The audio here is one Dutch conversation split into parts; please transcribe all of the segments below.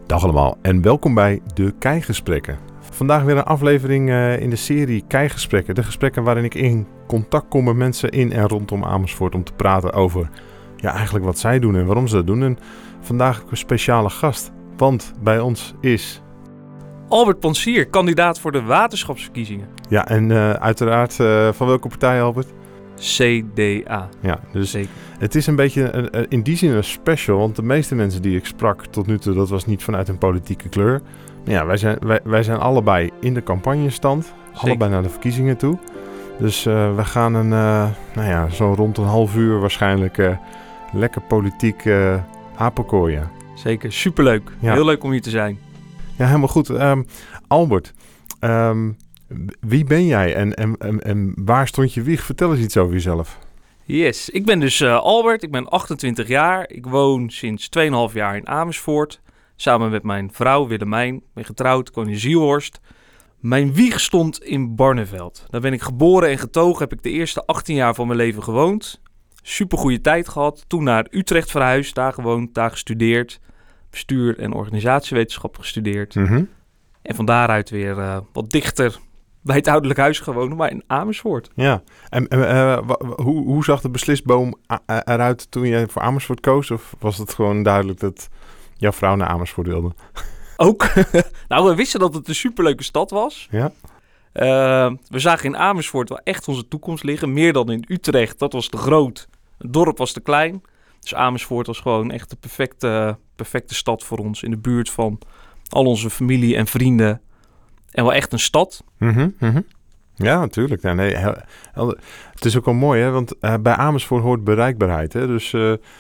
Dag allemaal en welkom bij de Keigesprekken. Vandaag weer een aflevering in de serie Keigesprekken. De gesprekken waarin ik in contact kom met mensen in en rondom Amersfoort om te praten over eigenlijk wat zij doen en waarom ze dat doen. En vandaag heb ik een speciale gast, want bij ons is Albert Pansier, kandidaat voor de waterschapsverkiezingen. Ja, en uiteraard van welke partij, Albert? CDA. Ja, dus Zeker. Het is een beetje in die zin een special, want de meeste mensen die ik sprak tot nu toe, dat was niet vanuit een politieke kleur. Maar ja, wij zijn allebei in de campagnestand, allebei naar de verkiezingen toe. Dus we gaan zo rond een half uur waarschijnlijk lekker politiek haperkooien. Zeker, superleuk. Ja. Heel leuk om hier te zijn. Ja, helemaal goed. Albert, wie ben jij en waar stond je wieg? Vertel eens iets over jezelf. Yes, ik ben dus Albert, ik ben 28 jaar. Ik woon sinds 2,5 jaar in Amersfoort. Samen met mijn vrouw Willemijn. Ik ben getrouwd, ik woon in Zielhorst. Mijn wieg stond in Barneveld. Daar ben ik geboren en getogen, heb ik de eerste 18 jaar van mijn leven gewoond. Supergoeie tijd gehad. Toen naar Utrecht verhuisd, daar gewoond, daar gestudeerd. Bestuur en organisatiewetenschap gestudeerd. Mm-hmm. En van daaruit weer wat dichter bij het ouderlijk huis gewoond, maar in Amersfoort. Ja, en hoe zag de beslisboom eruit toen je voor Amersfoort koos? Of was het gewoon duidelijk dat jouw vrouw naar Amersfoort wilde? Ook. Nou, we wisten dat het een superleuke stad was. Ja. We zagen in Amersfoort wel echt onze toekomst liggen. Meer dan in Utrecht. Dat was te groot. Het dorp was te klein. Dus Amersfoort was gewoon echt de perfecte stad voor ons. In de buurt van al onze familie en vrienden. En wel echt een stad. Mm-hmm, mm-hmm. Ja, natuurlijk. Ja, nee, het is ook wel mooi, hè? Want bij Amersfoort hoort bereikbaarheid. Hè? Dus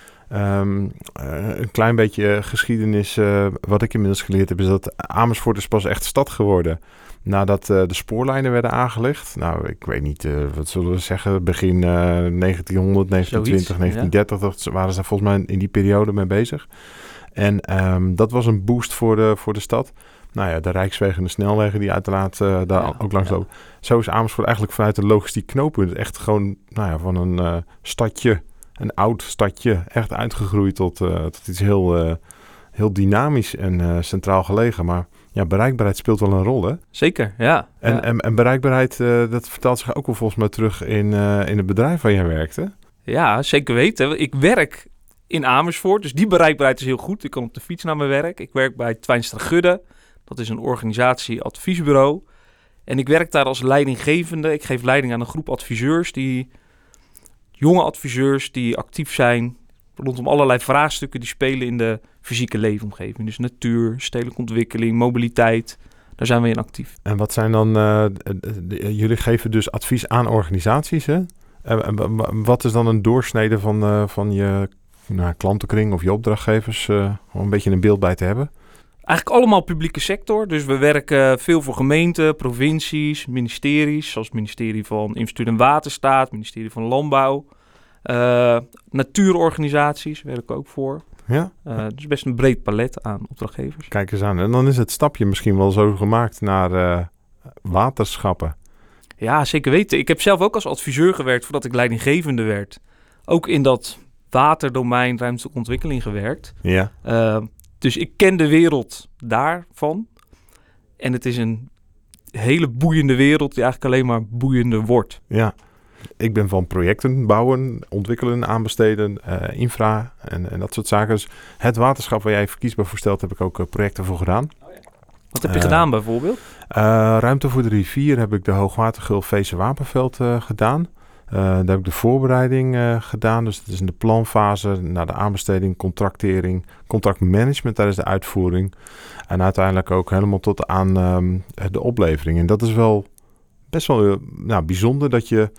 een klein beetje geschiedenis, wat ik inmiddels geleerd heb, is dat Amersfoort is pas echt stad geworden nadat de spoorlijnen werden aangelegd. Nou, ik weet niet, wat zullen we zeggen, begin 1900, 1920, 1930, dat waren ze volgens mij in die periode mee bezig. En dat was een boost voor de stad. Nou ja, de rijkswegen en de snelwegen die uiteraard daar ook langs lopen. Zo is Amersfoort eigenlijk vanuit een logistiek knooppunt echt gewoon van een stadje, een oud stadje, echt uitgegroeid tot iets heel dynamisch en centraal gelegen. Maar ja, bereikbaarheid speelt wel een rol, hè? Zeker, ja. En bereikbaarheid, dat vertaalt zich ook wel volgens mij terug in het bedrijf waar jij werkt, hè? Ja, zeker weten. Ik werk in Amersfoort, dus die bereikbaarheid is heel goed. Ik kan op de fiets naar mijn werk. Ik werk bij Twijnstra Gudde. Dat is een organisatie-adviesbureau. En ik werk daar als leidinggevende. Ik geef leiding aan een groep adviseurs, jonge adviseurs die actief zijn rondom allerlei vraagstukken die spelen in de fysieke leefomgeving. Dus natuur, stedelijke ontwikkeling, mobiliteit. Daar zijn we in actief. En wat zijn dan, jullie geven dus advies aan organisaties, hè? Wat is dan een doorsnede van je klantenkring of je opdrachtgevers, om een beetje een beeld bij te hebben? Eigenlijk allemaal publieke sector. Dus we werken veel voor gemeenten, provincies, ministeries. Zoals het ministerie van Infrastructuur en Waterstaat, het ministerie van Landbouw. Natuurorganisaties werken ook voor. Ja? Dus best een breed palet aan opdrachtgevers. Kijk eens aan. En dan is het stapje misschien wel zo gemaakt naar waterschappen. Ja, zeker weten. Ik heb zelf ook als adviseur gewerkt voordat ik leidinggevende werd. Ook in dat waterdomein, ruimtelijke ontwikkeling gewerkt. Ja. Dus ik ken de wereld daarvan. En het is een hele boeiende wereld die eigenlijk alleen maar boeiender wordt. Ja, ik ben van projecten bouwen, ontwikkelen, aanbesteden, infra en dat soort zaken. Dus het waterschap waar jij verkiesbaar voor stelt, heb ik ook projecten voor gedaan. Wat heb je gedaan bijvoorbeeld? Ruimte voor de rivier heb ik de Hoogwatergul Veese-Wapenveld gedaan. Daar heb ik de voorbereiding gedaan. Dus dat is in de planfase, naar de aanbesteding, contractering, contractmanagement tijdens de uitvoering. En uiteindelijk ook helemaal tot aan de oplevering. En dat is wel best wel bijzonder dat je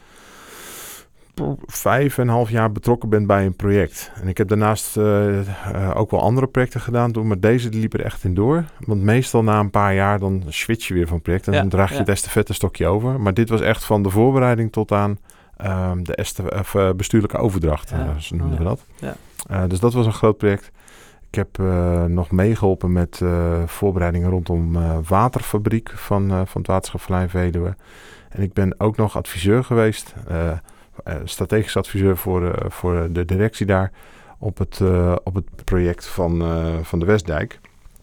5,5 jaar betrokken bent bij een project. En ik heb daarnaast ook wel andere projecten gedaan, maar deze liep er echt in door. Want meestal na een paar jaar dan switch je weer van project en dan draag je het estafette stokje over. Maar dit was echt van de voorbereiding tot aan de bestuurlijke overdracht, zo noemen we dat. Ja. Dus dat was een groot project. Ik heb nog meegeholpen met voorbereidingen rondom waterfabriek van het waterschap Vlijn-Veluwe. En ik ben ook nog adviseur geweest, strategisch adviseur voor de directie daar op het project van de Westdijk.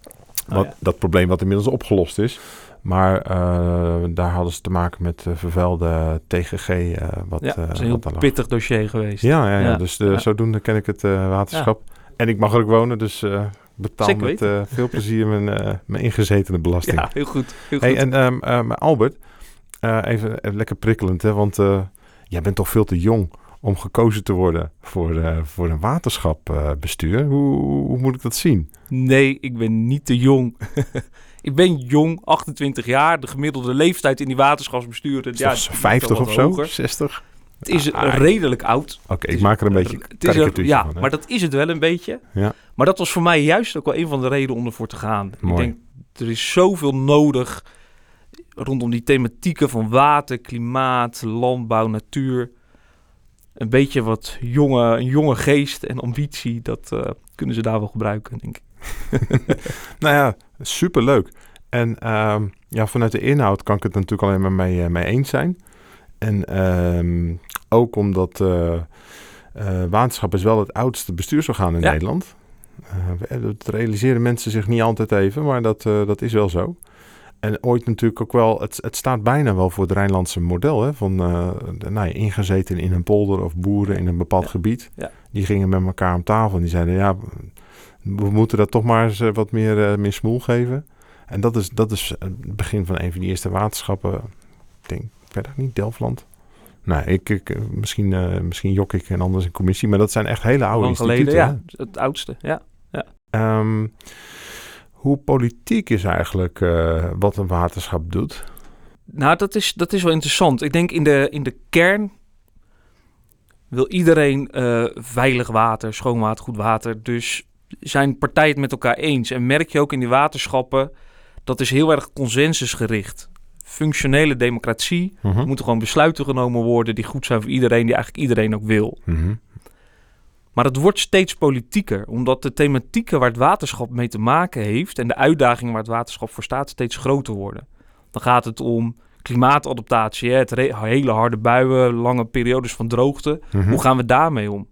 Dat probleem wat inmiddels opgelost is. Maar daar hadden ze te maken met vervuilde TGG. Dat is een heel pittig dossier geweest. Ja. Dus zodoende ken ik het waterschap. Ja. En ik mag er ook wonen, dus betaal met veel plezier mijn ingezetene belasting. Ja, heel goed. Hey, en Albert, even lekker prikkelend, hè, want jij bent toch veel te jong om gekozen te worden voor een waterschapbestuur. Hoe moet ik dat zien? Nee, ik ben niet te jong. Ik ben jong, 28 jaar. De gemiddelde leeftijd in die waterschapsbesturen... Ja, 50 of zo? Hoger. 60? Het is redelijk oud. Oké, ik maak er een beetje karikatuurtje van. Hè? Maar dat is het wel een beetje. Ja. Maar dat was voor mij juist ook wel een van de redenen om ervoor te gaan. Mooi. Ik denk, er is zoveel nodig rondom die thematieken van water, klimaat, landbouw, natuur. Een beetje een jonge geest en ambitie, dat kunnen ze daar wel gebruiken, denk ik. Nou ja, superleuk. En vanuit de inhoud kan ik het natuurlijk alleen maar mee eens zijn. En ook omdat waterschap is wel het oudste bestuursorgaan in Nederland. Dat realiseren mensen zich niet altijd even, maar dat is wel zo. En ooit natuurlijk ook wel, het staat bijna wel voor het Rijnlandse model. Hè, van ingezeten in een polder of boeren in een bepaald gebied. Ja. Die gingen met elkaar om tafel en die zeiden, we moeten dat toch maar eens wat meer smoel geven. En dat is het begin van een van die eerste waterschappen. Ik denk, verder niet, Delftland. Nou, misschien jok ik en anders een commissie. Maar dat zijn echt hele oude instituten. Geleden, het oudste, ja. Hoe politiek is eigenlijk wat een waterschap doet? Nou, dat is wel interessant. Ik denk in de kern wil iedereen veilig water, schoon water, goed water. Dus zijn partijen het met elkaar eens. En merk je ook in die waterschappen, dat is heel erg consensusgericht. Functionele democratie. Er moeten gewoon besluiten genomen worden die goed zijn voor iedereen, die eigenlijk iedereen ook wil. Maar het wordt steeds politieker, omdat de thematieken waar het waterschap mee te maken heeft en de uitdagingen waar het waterschap voor staat steeds groter worden. Dan gaat het om klimaatadaptatie, hele harde buien, lange periodes van droogte. Hoe gaan we daarmee om?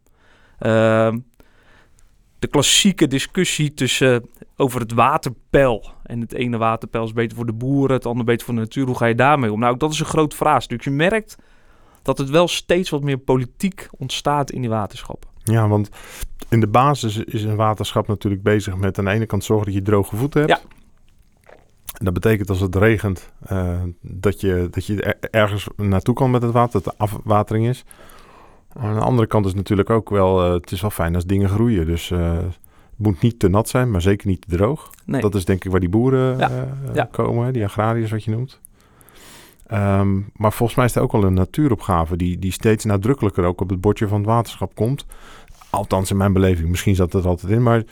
De klassieke discussie over het waterpeil. En het ene waterpeil is beter voor de boeren, het andere beter voor de natuur. Hoe ga je daarmee om? Nou, dat is een groot vraagstuk. Je merkt dat het wel steeds wat meer politiek ontstaat in die waterschappen. Ja, want in de basis is een waterschap natuurlijk bezig met aan de ene kant zorgen dat je droge voeten hebt. Ja. En dat betekent als het regent dat je ergens naartoe kan met het water, dat de afwatering is. Aan de andere kant is natuurlijk ook wel, het is wel fijn als dingen groeien. Dus het moet niet te nat zijn, maar zeker niet te droog. Nee. Dat is denk ik waar die boeren komen, die agrariërs wat je noemt. Maar volgens mij is er ook wel een natuuropgave die steeds nadrukkelijker ook op het bordje van het waterschap komt. Althans in mijn beleving, misschien zat dat altijd in, maar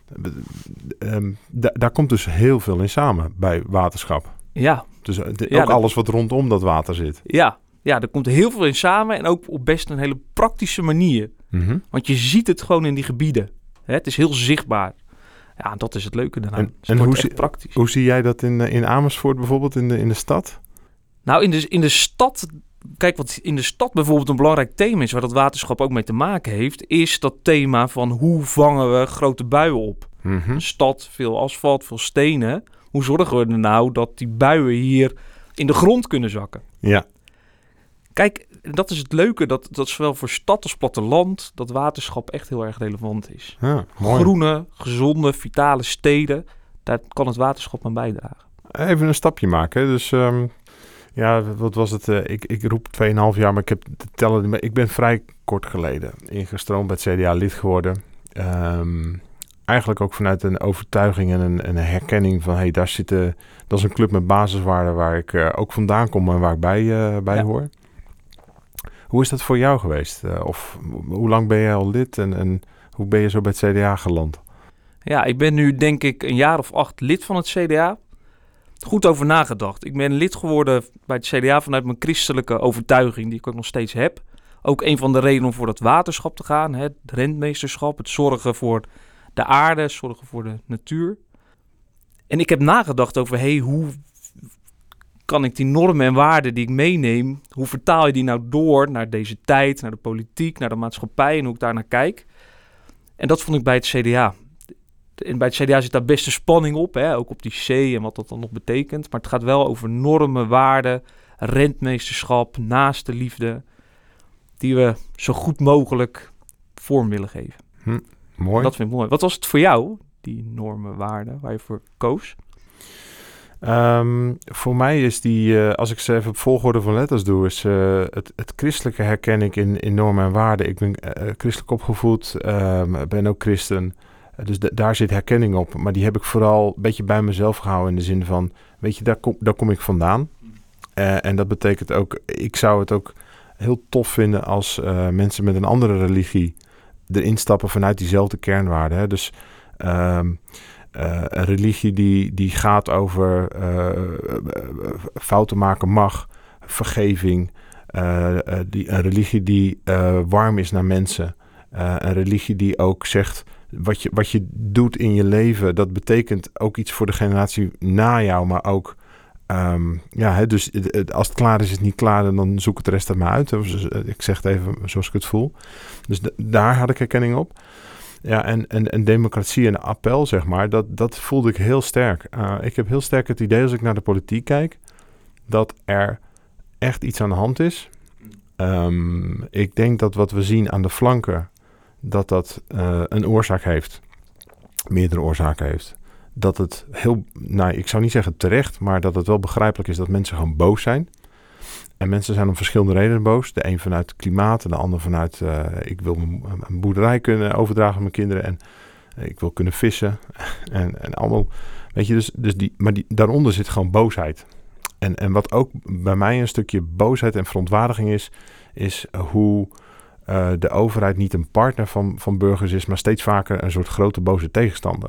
daar komt dus heel veel in samen bij waterschap. Ja. Dus ook alles wat rondom dat water zit. Ja, er komt heel veel in samen en ook op best een hele praktische manier. Want je ziet het gewoon in die gebieden. Het is heel zichtbaar. Ja, dat is het leuke daarna. En hoe zie jij dat in Amersfoort bijvoorbeeld, in de stad? Nou, in de stad... Kijk, wat in de stad bijvoorbeeld een belangrijk thema is, waar dat waterschap ook mee te maken heeft, is dat thema van hoe vangen we grote buien op? Stad, veel asfalt, veel stenen. Hoe zorgen we er nou dat die buien hier in de grond kunnen zakken? Ja. Kijk, dat is het leuke, dat zowel voor stad als platteland dat waterschap echt heel erg relevant is. Ja, mooi. Groene, gezonde, vitale steden, daar kan het waterschap aan bijdragen. Even een stapje maken, dus... wat was het? Ik roep 2,5 jaar, maar ik heb de tellen. Ik ben vrij kort geleden ingestroomd bij het CDA lid geworden. Eigenlijk ook vanuit een overtuiging en een herkenning van... dat is een club met basiswaarden waar ik ook vandaan kom en waar ik bij hoor. Hoe is dat voor jou geweest? Of hoe lang ben je al lid en hoe ben je zo bij het CDA geland? Ja, ik ben nu denk ik een jaar of 8 lid van het CDA. Goed over nagedacht. Ik ben lid geworden bij het CDA vanuit mijn christelijke overtuiging, die ik ook nog steeds heb. Ook een van de redenen om voor dat waterschap te gaan, het rentmeesterschap, het zorgen voor de aarde, zorgen voor de natuur. En ik heb nagedacht over, hoe kan ik die normen en waarden die ik meeneem, hoe vertaal je die nou door naar deze tijd, naar de politiek, naar de maatschappij en hoe ik daar naar kijk. En dat vond ik bij het CDA. En bij het CDA zit daar best een spanning op, hè? Ook op die C en wat dat dan nog betekent. Maar het gaat wel over normen, waarden, rentmeesterschap, naaste liefde, die we zo goed mogelijk vorm willen geven. Mooi. Dat vind ik mooi. Wat was het voor jou, die normen, waarden, waar je voor koos? Voor mij is als ik ze even op volgorde van letters doe, is het christelijke herken ik in normen en waarden. Ik ben christelijk opgevoed, ben ook christen. Dus daar zit herkenning op. Maar die heb ik vooral een beetje bij mezelf gehouden in de zin van, weet je, daar kom ik vandaan. En dat betekent ook, ik zou het ook heel tof vinden als mensen met een andere religie erin stappen vanuit diezelfde kernwaarden. Hè? Dus een religie die gaat over fouten maken mag, vergeving. Een religie die warm is naar mensen. Een religie die ook zegt, wat je doet in je leven, dat betekent ook iets voor de generatie na jou, maar ook dus als het klaar is, is het niet klaar en dan zoek het de rest er maar uit. Ik zeg het even zoals ik het voel. Dus daar had ik herkenning op. Ja, en democratie en appel, zeg maar, dat voelde ik heel sterk. Ik heb heel sterk het idee als ik naar de politiek kijk, dat er echt iets aan de hand is. Ik denk dat wat we zien aan de flanken, dat een oorzaak heeft. Meerdere oorzaken heeft. Dat het ik zou niet zeggen terecht, maar dat het wel begrijpelijk is dat mensen gewoon boos zijn. En mensen zijn om verschillende redenen boos. De een vanuit het klimaat en de ander vanuit ik wil een boerderij kunnen overdragen aan mijn kinderen en ik wil kunnen vissen en allemaal. Weet je, maar daaronder zit gewoon boosheid. En wat ook bij mij een stukje boosheid en verontwaardiging is hoe de overheid niet een partner van burgers is, maar steeds vaker een soort grote boze tegenstander.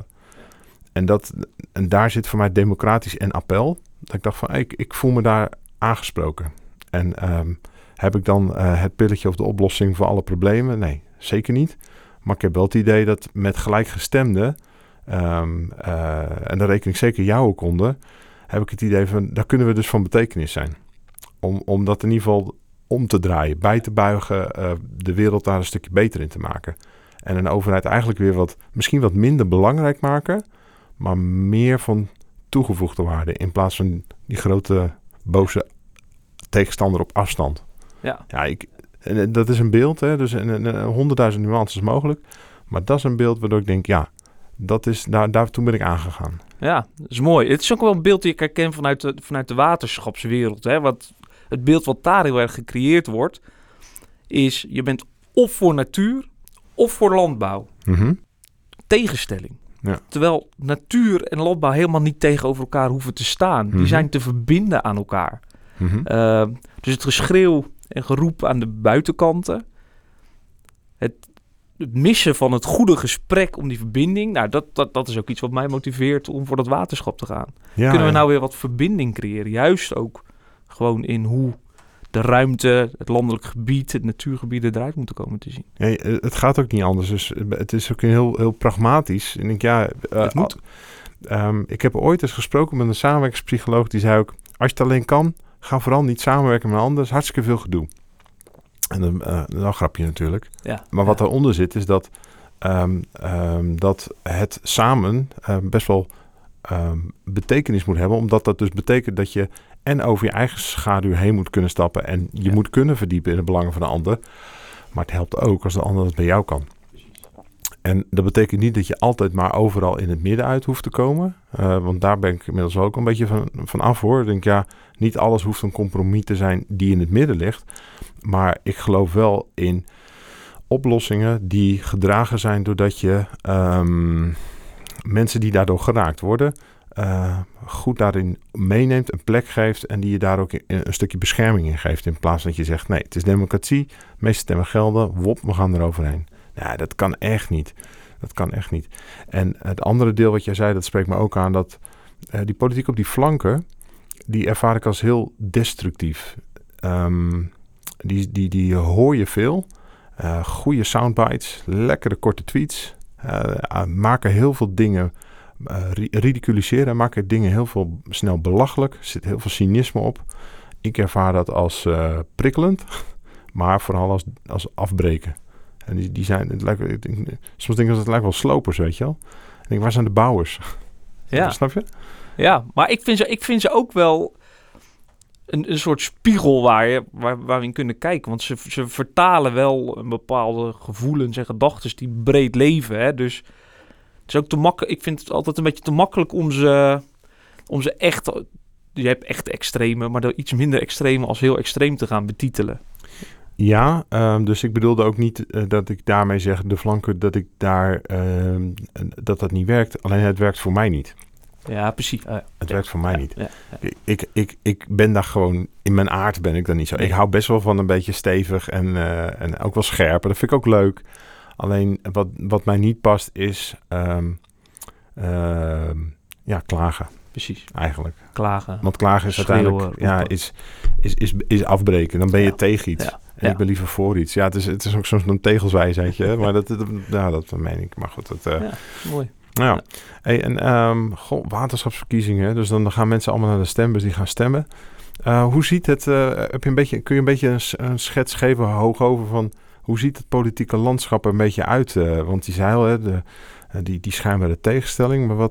En daar zit voor mij democratisch en appel. Dat ik dacht van, ik voel me daar aangesproken. En heb ik dan het pilletje of de oplossing voor alle problemen? Nee, zeker niet. Maar ik heb wel het idee dat met gelijkgestemden, en daar reken ik zeker jou ook onder, heb ik het idee van, daar kunnen we dus van betekenis zijn. Om dat in ieder geval om te draaien, bij te buigen, de wereld daar een stukje beter in te maken. En een overheid eigenlijk weer misschien wat minder belangrijk maken, maar meer van toegevoegde waarde in plaats van die grote boze tegenstander op afstand. Ja, dat is een beeld, hè, dus 100.000 nuances mogelijk. Maar dat is een beeld waardoor ik denk, ja, dat is toen ben ik aangegaan. Ja, dat is mooi. Het is ook wel een beeld die ik herken vanuit de waterschapswereld. Hè? Het beeld wat daar heel erg gecreëerd wordt, is je bent of voor natuur of voor landbouw. Mm-hmm. Tegenstelling. Ja. Terwijl natuur en landbouw helemaal niet tegenover elkaar hoeven te staan. Die zijn te verbinden aan elkaar. Mm-hmm. Dus het geschreeuw en geroep aan de buitenkanten, het missen van het goede gesprek om die verbinding, nou, dat is ook iets wat mij motiveert om voor dat waterschap te gaan. Kunnen we nou weer wat verbinding creëren? Juist ook gewoon in hoe de ruimte, het landelijk gebied, het natuurgebied eruit moeten komen te zien. Ja, het gaat ook niet anders. Dus het is ook heel, heel pragmatisch. En ik denk, het moet. Ik heb ooit eens gesproken met een samenwerkingspsycholoog die zei ook, als je het alleen kan, ga vooral niet samenwerken met anderen. Dat is hartstikke veel gedoe. En dat is een grapje natuurlijk. Ja, maar wat daaronder zit is dat het samen best wel betekenis moet hebben. Omdat dat dus betekent dat je en over je eigen schaduw heen moet kunnen stappen. En je moet kunnen verdiepen in de belangen van de ander. Maar het helpt ook als de ander dat bij jou kan. En dat betekent niet dat je altijd maar overal in het midden uit hoeft te komen. Want daar ben ik inmiddels ook een beetje van af hoor. Ik denk niet alles hoeft een compromis te zijn die in het midden ligt. Maar ik geloof wel in oplossingen die gedragen zijn doordat je mensen die daardoor geraakt worden, goed daarin meeneemt, een plek geeft en die je daar ook een stukje bescherming in geeft. In plaats van dat je zegt, nee, het is democratie, meeste stemmen gelden, we gaan eroverheen. Ja, dat kan echt niet. Dat kan echt niet. En het andere deel wat jij zei, dat spreekt me ook aan, dat die politiek op die flanken, die ervaar ik als heel destructief. Die hoor je veel. Goede soundbites, lekkere korte tweets. Maken heel veel dingen, ridiculiseren, maken dingen heel veel snel belachelijk. Er zit heel veel cynisme op. Ik ervaar dat als prikkelend, maar vooral als afbreken. En die zijn, soms denk ik dat het lijkt wel slopers, weet je wel. Ik denk, waar zijn de bouwers? Ja. Snap je? Ja, maar ik vind ze ook wel een soort spiegel waar we in kunnen kijken. Want ze vertalen wel een bepaalde gevoelens en gedachten die breed leven. Hè? Dus het is ook te makkelijk. Ik vind het altijd een beetje te makkelijk om ze echt... Je hebt echt extreme, maar iets minder extreme als heel extreem te gaan betitelen. Ja, dus ik bedoelde ook niet dat ik daarmee zeg, de flanken, dat ik daar dat niet werkt. Alleen het werkt voor mij niet. Ja, precies. Het werkt voor mij niet. Ja. Ik ben daar gewoon, in mijn aard ben ik daar niet zo. Nee. Ik hou best wel van een beetje stevig en ook wel scherp. Dat vind ik ook leuk. Alleen wat mij niet past is klagen. Precies. Eigenlijk. Klagen. Want klagen is Schreeuwen, uiteindelijk is afbreken. Dan ben je tegen iets. Ja. En ik ben liever voor iets. Ja, het is ook zo'n tegelswijsheidje. Hè? Maar dat meen ik. Maar goed, mooi. Ja. Hey, en waterschapsverkiezingen. Dus dan gaan mensen allemaal naar de stembus. Die gaan stemmen. Hoe ziet het... kun je een beetje een schets geven hoog over van... Hoe ziet het politieke landschap er een beetje uit? Want die zei al, die schijnbare tegenstelling. Maar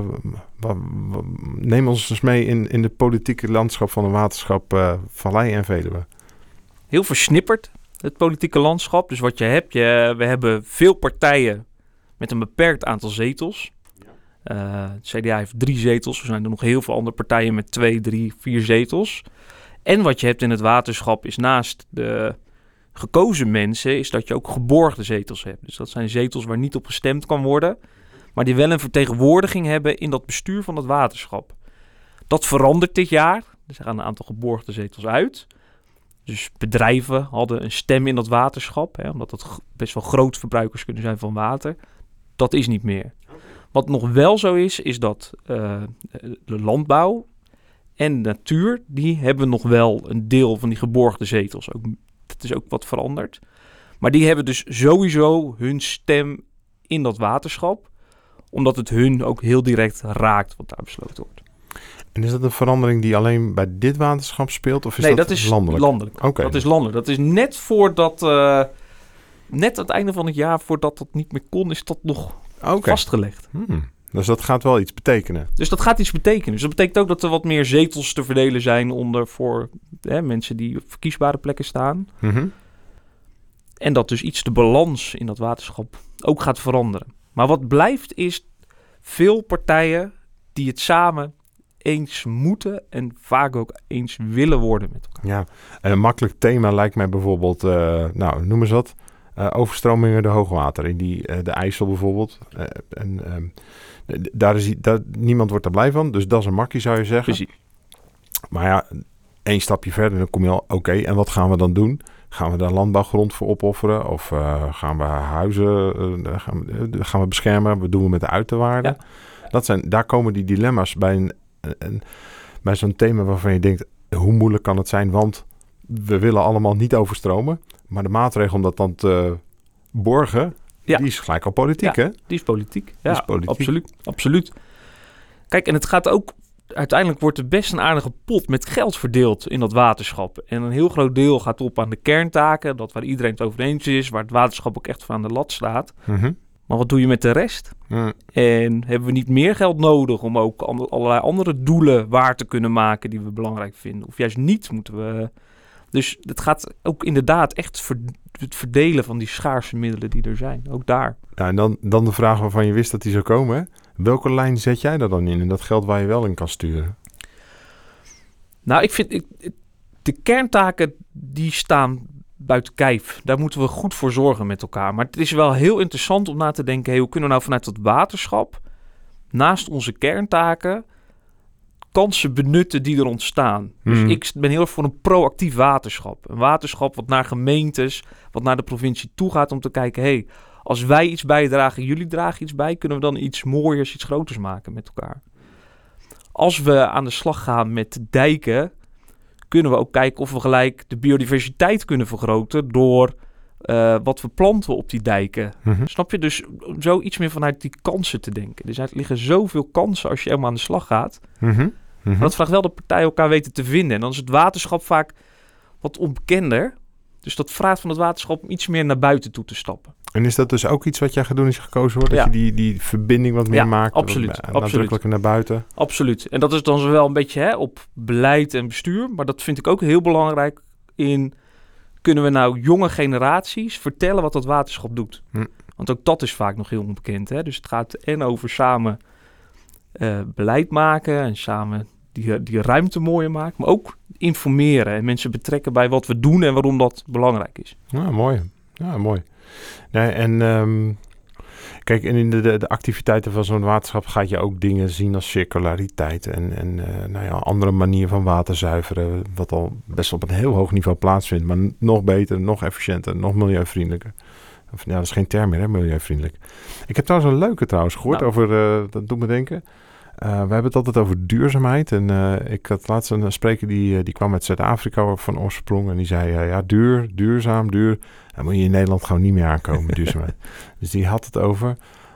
neem ons eens mee in de politieke landschap van een waterschap Vallei en Veluwe. Heel versnipperd, het politieke landschap. Dus wat je hebt, we hebben veel partijen met een beperkt aantal zetels. Het CDA heeft 3 zetels. Er zijn er nog heel veel andere partijen met 2, 3, 4 zetels. En wat je hebt in het waterschap is naast de gekozen mensen... is dat je ook geborgde zetels hebt. Dus dat zijn zetels waar niet op gestemd kan worden... maar die wel een vertegenwoordiging hebben in dat bestuur van het waterschap. Dat verandert dit jaar. Er gaan een aantal geborgde zetels uit... Dus bedrijven hadden een stem in dat waterschap, hè, omdat het best wel groot verbruikers kunnen zijn van water. Dat is niet meer. Wat nog wel zo is dat de landbouw en natuur, die hebben nog wel een deel van die geborgde zetels. Dat is ook wat veranderd. Maar die hebben dus sowieso hun stem in dat waterschap, omdat het hun ook heel direct raakt wat daar besloten wordt. En is dat een verandering die alleen bij dit waterschap speelt? Of is dat is landelijk? Okay. Dat is landelijk. Dat is net voordat... net aan het einde van het jaar, voordat dat niet meer kon, is dat nog vastgelegd. Dus dat gaat wel iets betekenen. Dus dat gaat iets betekenen. Dus dat betekent ook dat er wat meer zetels te verdelen zijn voor mensen die op verkiesbare plekken staan. Mm-hmm. En dat dus iets de balans in dat waterschap ook gaat veranderen. Maar wat blijft is veel partijen die het samen eens moeten en vaak ook eens willen worden met elkaar. Ja, en een makkelijk thema lijkt mij bijvoorbeeld, noem eens wat, overstromingen de hoogwater. In de IJssel bijvoorbeeld. Niemand wordt daar blij van, dus dat is een makkie zou je zeggen. Precies. Maar ja, 1 stapje verder, dan kom je al, oké, en wat gaan we dan doen? Gaan we daar landbouwgrond voor opofferen? Of gaan we huizen gaan we beschermen? Wat doen we met de uiterwaarden? Ja. Daar komen die dilemma's bij zo'n thema waarvan je denkt, hoe moeilijk kan het zijn? Want we willen allemaal niet overstromen. Maar de maatregel om dat dan te borgen, die is gelijk al politiek, hè? Die is politiek. Die is politiek. Absoluut. Kijk, en het gaat ook... Uiteindelijk wordt er best een aardige pot met geld verdeeld in dat waterschap. En een heel groot deel gaat op aan de kerntaken. Dat waar iedereen het over eens is. Waar het waterschap ook echt van aan de lat staat. Mm-hmm. Maar wat doe je met de rest? En hebben we niet meer geld nodig om ook allerlei andere doelen waar te kunnen maken die we belangrijk vinden? Of juist niet moeten we... Dus het gaat ook inderdaad echt het verdelen van die schaarse middelen die er zijn. Ook daar. Ja, en dan de vraag waarvan je wist dat die zou komen. Hè? Welke lijn zet jij daar dan in dat geld waar je wel in kan sturen? Nou, ik vind... De kerntaken die staan buiten kijf. Daar moeten we goed voor zorgen met elkaar. Maar het is wel heel interessant om na te denken... hoe kunnen we nou vanuit dat waterschap... naast onze kerntaken... kansen benutten die er ontstaan. Dus ik ben heel erg voor een proactief waterschap. Een waterschap wat naar gemeentes... wat naar de provincie toe gaat om te kijken... als wij iets bijdragen, jullie dragen iets bij... kunnen we dan iets mooiers, iets groters maken met elkaar. Als we aan de slag gaan met dijken... kunnen we ook kijken of we gelijk de biodiversiteit kunnen vergroten... door wat we planten op die dijken. Mm-hmm. Snap je? Dus zo iets meer vanuit die kansen te denken. Dus er liggen zoveel kansen als je helemaal aan de slag gaat. Mm-hmm. Mm-hmm. Maar dat vraagt wel dat partijen elkaar weten te vinden. En dan is het waterschap vaak wat onbekender. Dus dat vraagt van het waterschap om iets meer naar buiten toe te stappen. En is dat dus ook iets wat jij gaat doen als je gekozen wordt? Dat je die verbinding wat meer maakt? Absoluut. Nadrukkelijker naar buiten? Absoluut. En dat is dan zowel een beetje op beleid en bestuur. Maar dat vind ik ook heel belangrijk in... Kunnen we nou jonge generaties vertellen wat dat waterschap doet? Want ook dat is vaak nog heel onbekend. Hè? Dus het gaat en over samen beleid maken en samen die ruimte mooier maken. Maar ook informeren en mensen betrekken bij wat we doen en waarom dat belangrijk is. Ja, mooi. Ja, mooi. Nee, en kijk, en in de activiteiten van zo'n waterschap gaat je ook dingen zien als circulariteit en andere manier van water zuiveren, wat al best op een heel hoog niveau plaatsvindt, maar nog beter, nog efficiënter, nog milieuvriendelijker. Dat is geen term meer, hè, milieuvriendelijk. Ik heb trouwens een leuke gehoord over, dat doet me denken. We hebben het altijd over duurzaamheid. En ik had laatst een spreker die kwam uit Zuid-Afrika van oorsprong. En die zei, duurzaam. Dan moet je in Nederland gewoon niet meer aankomen met duurzaamheid. Dus die had het over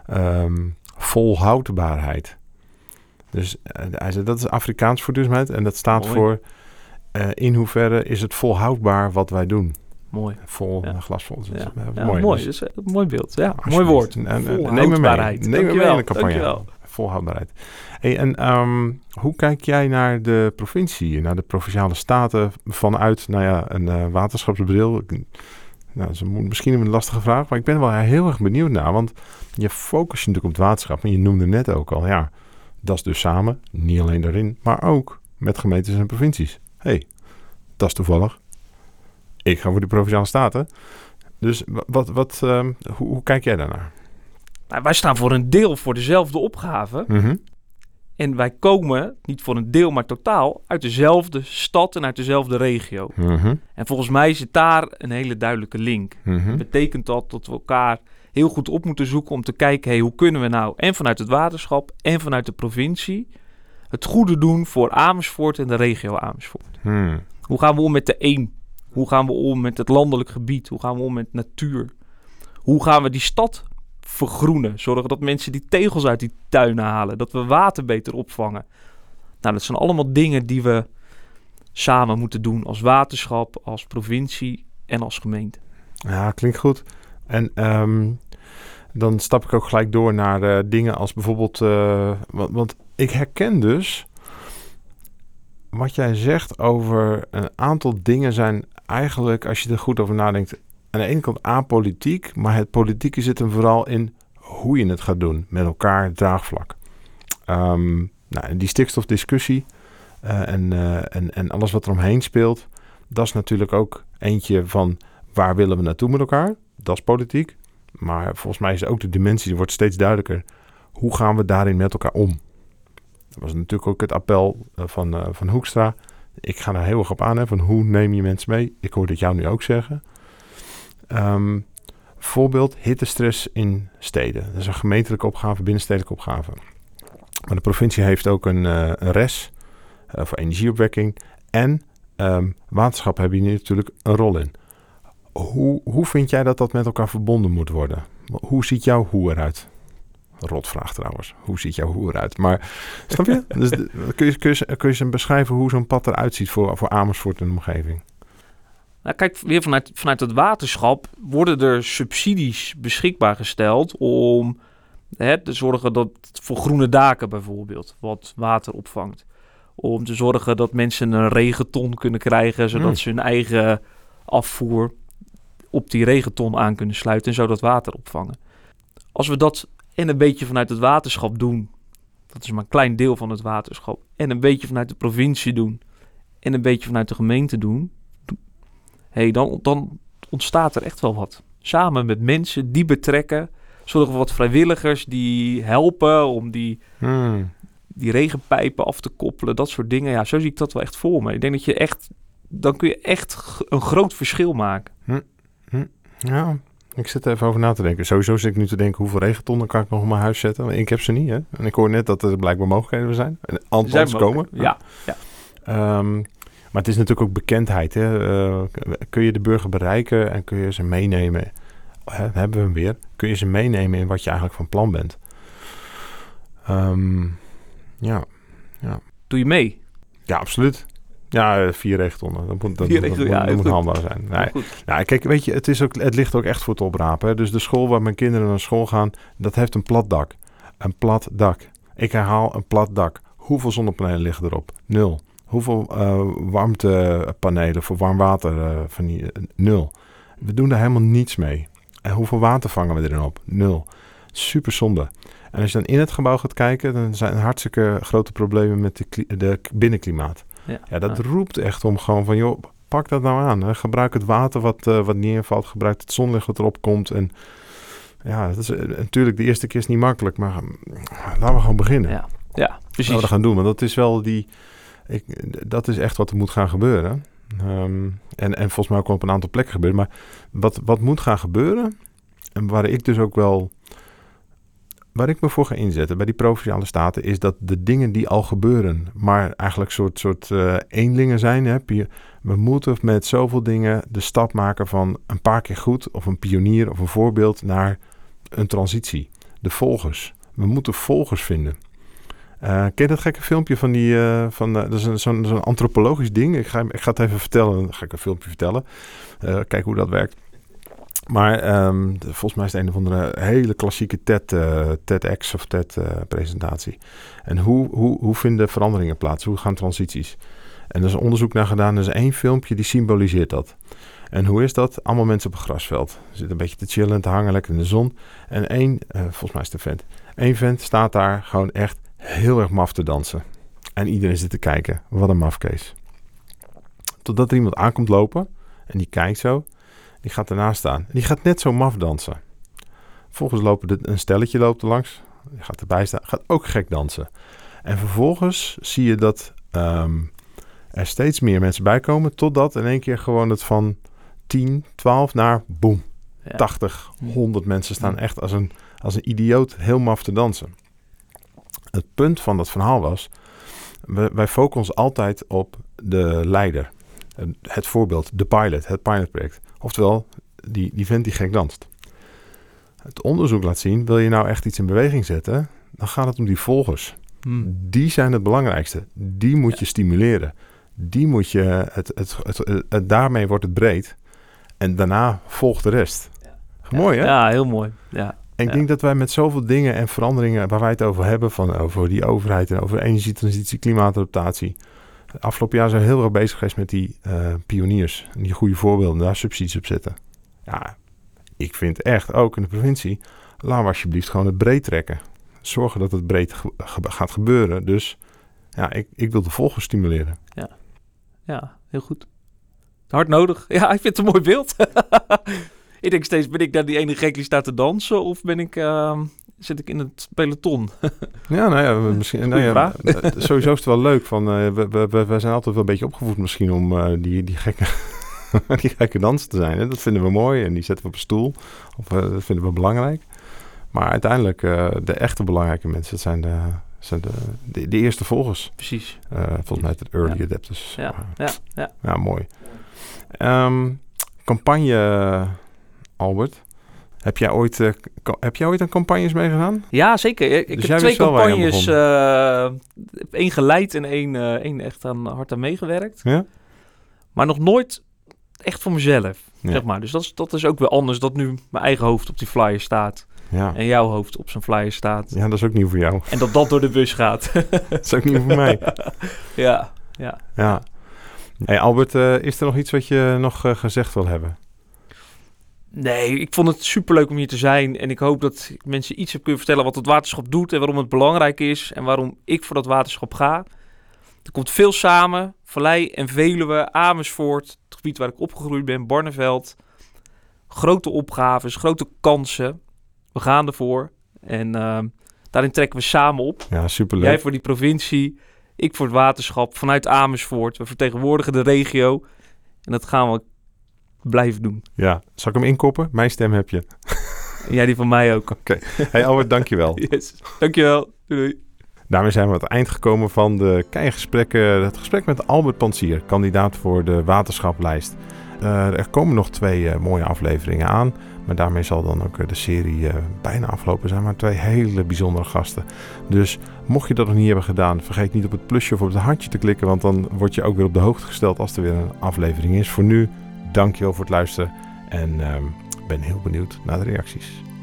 volhoudbaarheid. Dus hij zei, dat is Afrikaans voor duurzaamheid. En dat staat voor in hoeverre is het volhoudbaar wat wij doen. Mooi. Glasvol. Mooi. Dus, een mooi beeld. Ja, mooi woord. Volhoudbaarheid. Neem me mee in de campagne. Dankjewel. Volhoudbaarheid. Hey, en hoe kijk jij naar de provincie, naar de provinciale staten vanuit een waterschapsbril? Dat is misschien een lastige vraag, maar ik ben wel heel erg benieuwd naar. Want je focust je natuurlijk op het waterschap. En je noemde net ook al, dat is dus samen, niet alleen daarin, maar ook met gemeentes en provincies. Dat is toevallig. Ik ga voor de provinciale staten. Dus hoe kijk jij daarnaar? Nou, wij staan voor een deel voor dezelfde opgave. Mm-hmm. En wij komen, niet voor een deel, maar totaal, uit dezelfde stad en uit dezelfde regio. Mm-hmm. En volgens mij zit daar een hele duidelijke link. Mm-hmm. Betekent dat we elkaar heel goed op moeten zoeken om te kijken, hoe kunnen we nou, en vanuit het waterschap en vanuit de provincie, het goede doen voor Amersfoort en de regio Amersfoort. Hoe gaan we om met de Eem? Hoe gaan we om met het landelijk gebied? Hoe gaan we om met natuur? Hoe gaan we die stad vergroenen? Zorgen dat mensen die tegels uit die tuinen halen. Dat we water beter opvangen. Nou, dat zijn allemaal dingen die we samen moeten doen als waterschap, als provincie en als gemeente. Ja, klinkt goed. En dan stap ik ook gelijk door naar dingen als bijvoorbeeld... want ik herken dus... Wat jij zegt over een aantal dingen zijn eigenlijk, als je er goed over nadenkt, aan de ene kant apolitiek, maar het politieke zit hem vooral in hoe je het gaat doen, met elkaar het draagvlak. Die stikstofdiscussie en alles wat er omheen speelt, dat is natuurlijk ook eentje van waar willen we naartoe met elkaar? Dat is politiek. Maar volgens mij is ook de dimensie, die wordt steeds duidelijker. Hoe gaan we daarin met elkaar om? Dat was natuurlijk ook het appel van Hoekstra. Ik ga daar heel erg op aan, van hoe neem je mensen mee? Ik hoor dit jou nu ook zeggen. Voorbeeld hittestress in steden. Dat is een gemeentelijke opgave, binnenstedelijke opgave. Maar de provincie heeft ook een RES voor energieopwekking. En waterschap hebben hier natuurlijk een rol in. Hoe vind jij dat met elkaar verbonden moet worden? Hoe ziet jouw hoe eruit? Rotvraag trouwens. Hoe ziet jouw hoe eruit? Maar snap je? Dus kun je eens beschrijven hoe zo'n pad eruit ziet voor Amersfoort en de omgeving? Nou, kijk, weer vanuit het waterschap worden er subsidies beschikbaar gesteld om te zorgen dat voor groene daken bijvoorbeeld wat water opvangt. Om te zorgen dat mensen een regenton kunnen krijgen, zodat ze hun eigen afvoer op die regenton aan kunnen sluiten en zo dat water opvangen. Als we dat en een beetje vanuit het waterschap doen, dat is maar een klein deel van het waterschap, en een beetje vanuit de provincie doen en een beetje vanuit de gemeente doen, dan ontstaat er echt wel wat. Samen met mensen die betrekken, zorgen we wat vrijwilligers die helpen om die regenpijpen af te koppelen, dat soort dingen. Ja, zo zie ik dat wel echt voor me. Ik denk dat dan kun je echt een groot verschil maken. Ja, ik zit er even over na te denken. Sowieso zit ik nu te denken, hoeveel regentonnen kan ik nog op mijn huis zetten? Ik heb ze niet, hè. En ik hoor net dat er blijkbaar mogelijkheden zijn. En althans komen. Ja. Maar het is natuurlijk ook bekendheid. Hè? Kun je de burger bereiken en kun je ze meenemen? Hebben we hem weer. Kun je ze meenemen in wat je eigenlijk van plan bent? Ja. Doe je mee? Ja, absoluut. Ja, 4 regentonnen. Dat moet goed. haalbaar zijn. Nee. Nou, kijk, weet je, het ligt ook echt voor het oprapen. Hè. Dus de school waar mijn kinderen naar school gaan, dat heeft een plat dak. Een plat dak. Ik herhaal, een plat dak. Hoeveel zonnepanelen liggen erop? 0. Hoeveel warmtepanelen voor warm water? 0. We doen daar helemaal niets mee. En hoeveel water vangen we erin op? 0. Super zonde. En als je dan in het gebouw gaat kijken, dan zijn er hartstikke grote problemen met de binnenklimaat. Ja, dat roept echt om gewoon van, joh, pak dat nou aan. Hè. Gebruik het water wat neervalt. Gebruik het zonlicht wat erop komt. En ja, dat is natuurlijk de eerste keer is niet makkelijk. Maar laten we gewoon beginnen. Ja, precies. Laten we dat gaan doen. Want dat is wel dat is echt wat er moet gaan gebeuren. En volgens mij ook wel op een aantal plekken gebeuren. Maar wat moet gaan gebeuren, en waar ik me voor ga inzetten bij die Provinciale Staten, is dat de dingen die al gebeuren, maar eigenlijk soort eenlingen zijn. Hè? We moeten met zoveel dingen de stap maken van een paar keer goed, of een pionier of een voorbeeld, naar een transitie. De volgers. We moeten volgers vinden. Ken je dat gekke filmpje dat is zo'n antropologisch ding? Ik ga het even vertellen. Dan ga ik een filmpje vertellen. Kijk hoe dat werkt. Maar volgens mij is het een of andere hele klassieke TEDx of TED-presentatie. En hoe vinden veranderingen plaats? Hoe gaan transities? En er is onderzoek naar gedaan. Er is 1 filmpje die symboliseert dat. En hoe is dat? Allemaal mensen op een grasveld. Ze zitten een beetje te chillen en te hangen, lekker in de zon. En volgens mij is het een vent. 1 vent staat daar gewoon echt heel erg maf te dansen. En iedereen zit te kijken. Wat een mafkees. Totdat er iemand aankomt lopen. En die kijkt zo. Die gaat ernaast staan. En die gaat net zo maf dansen. Vervolgens een stelletje loopt er langs. Die gaat erbij staan. Gaat ook gek dansen. En vervolgens zie je dat er steeds meer mensen bij komen. Totdat in één keer gewoon het van 10, 12 naar boem. 80, 100 mensen staan echt als een idioot heel maf te dansen. Het punt van dat verhaal was, wij focussen ons altijd op de leider. Het voorbeeld, de pilot, het pilotproject. Oftewel, die vent die gek danst. Het onderzoek laat zien, wil je nou echt iets in beweging zetten, dan gaat het om die volgers. Die zijn het belangrijkste. Die moet je stimuleren. Die moet je, daarmee wordt het breed. En daarna volgt de rest. Mooi, hè? Ja, heel mooi. Ja. En ik denk dat wij met zoveel dingen en veranderingen waar wij het over hebben, over die overheid en over energietransitie, klimaatadaptatie. Afgelopen jaar zijn we heel erg bezig geweest met die pioniers. En die goede voorbeelden, daar subsidies op zetten. Ja, ik vind echt ook in de provincie, laten we alsjeblieft gewoon het breed trekken. Zorgen dat het breed gaat gebeuren. Dus ja, ik wil de volgers stimuleren. Ja, heel goed. Hard nodig. Ja, ik vind het een mooi beeld. Ik denk steeds, ben ik daar die ene gek die staat te dansen of zit ik in het peloton? Ja, nou ja, misschien. Sowieso is het wel leuk. We zijn altijd wel een beetje opgevoed misschien om die gekke dansen te zijn. Hè? Dat vinden we mooi en die zetten we op een stoel. Of dat vinden we belangrijk. Maar uiteindelijk, de echte belangrijke mensen, zijn de eerste volgers. Precies. Volgens mij het early adapters. Ja, mooi. Campagne, Albert. Heb jij ooit aan campagnes meegedaan? Ja, zeker. Ik heb 2 campagnes. 1 geleid en 1 echt hard aan meegewerkt. Ja? Maar nog nooit echt voor mezelf, zeg maar. Dus dat is ook weer anders dat nu mijn eigen hoofd op die flyer staat. Ja. En jouw hoofd op zijn flyer staat. Ja, dat is ook nieuw voor jou. En dat door de bus gaat. Dat is ook nieuw voor mij. Ja. Hey Albert, is er nog iets wat je nog gezegd wil hebben? Nee, ik vond het superleuk om hier te zijn. En ik hoop dat ik mensen iets heb kunnen vertellen wat het waterschap doet en waarom het belangrijk is. En waarom ik voor dat waterschap ga. Er komt veel samen. Vallei en Veluwe, Amersfoort, het gebied waar ik opgegroeid ben, Barneveld. Grote opgaves, grote kansen. We gaan ervoor. En daarin trekken we samen op. Ja, superleuk. Jij voor die provincie, ik voor het waterschap, vanuit Amersfoort. We vertegenwoordigen de regio. En dat gaan we blijven doen. Ja, zal ik hem inkoppen? Mijn stem heb je. Ja, die van mij ook. Oké. Hey Albert, dankjewel. Yes, dankjewel. Doei. Daarmee zijn we aan het eind gekomen van het gesprek met Albert Pansier, kandidaat voor de waterschaplijst. Er komen nog 2 mooie afleveringen aan. Maar daarmee zal dan ook de serie bijna afgelopen zijn. Maar 2 hele bijzondere gasten. Dus Mocht je dat nog niet hebben gedaan, vergeet niet op het plusje of op het hartje te klikken, want dan word je ook weer op de hoogte gesteld als er weer een aflevering is. Voor nu, dankjewel voor het luisteren en ben heel benieuwd naar de reacties.